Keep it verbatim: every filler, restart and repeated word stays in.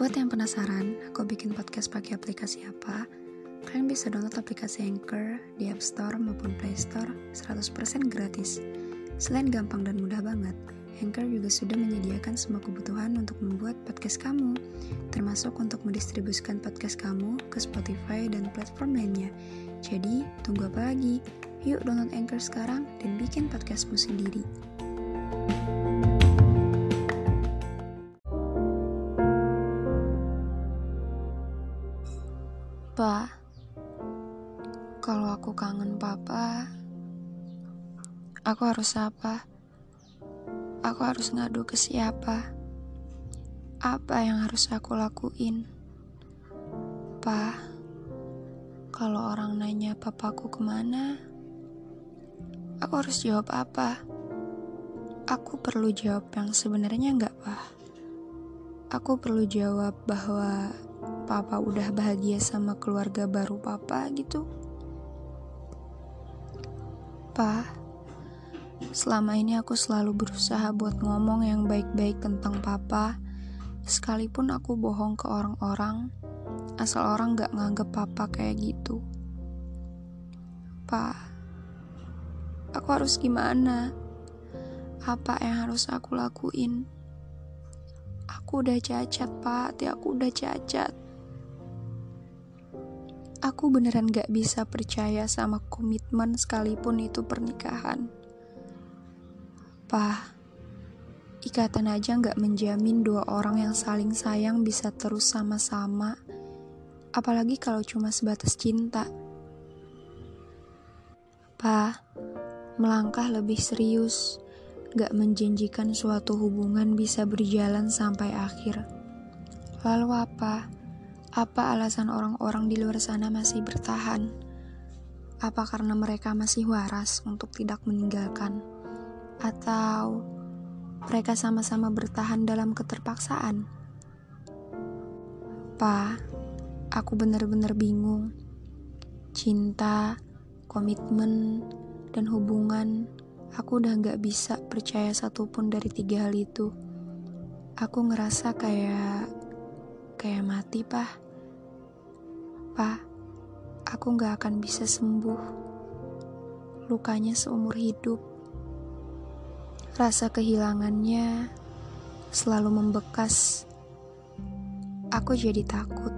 Buat yang penasaran, aku bikin podcast pakai aplikasi apa? Kalian bisa download aplikasi Anchor di App Store maupun Play Store seratus persen gratis. Selain gampang dan mudah banget, Anchor juga sudah menyediakan semua kebutuhan untuk membuat podcast kamu, termasuk untuk mendistribusikan podcast kamu ke Spotify dan platform lainnya. Jadi, tunggu apa lagi? Yuk download Anchor sekarang dan bikin podcastmu sendiri. Pa, kalau aku kangen papa, aku harus apa? Aku harus ngadu ke siapa? Apa yang harus aku lakuin? Pa, kalau orang nanya papaku kemana, aku harus jawab apa? Aku perlu jawab yang sebenarnya enggak, Pa? Aku perlu jawab bahwa papa udah bahagia sama keluarga baru papa gitu. Pa, selama ini aku selalu berusaha buat ngomong yang baik-baik tentang papa, sekalipun aku bohong ke orang-orang, asal orang gak nganggep papa kayak gitu. Pa, aku harus gimana? Apa yang harus aku lakuin? Aku udah cacat, Pak. Hati aku udah cacat. Aku beneran gak bisa percaya sama komitmen sekalipun itu pernikahan. Pa, ikatan aja gak menjamin dua orang yang saling sayang bisa terus sama-sama. Apalagi kalau cuma sebatas cinta. Pa, melangkah lebih serius, gak menjanjikan suatu hubungan bisa berjalan sampai akhir. Lalu apa? Apa alasan orang-orang di luar sana masih bertahan? Apa karena mereka masih waras untuk tidak meninggalkan? Atau mereka sama-sama bertahan dalam keterpaksaan? Pa, aku benar-benar bingung. Cinta, komitmen, dan hubungan, aku udah gak bisa percaya satupun dari tiga hal itu. Aku ngerasa kayak kayak mati, Pa. Pa, aku gak akan bisa sembuh. Lukanya seumur hidup. Rasa kehilangannya selalu membekas. Aku jadi takut.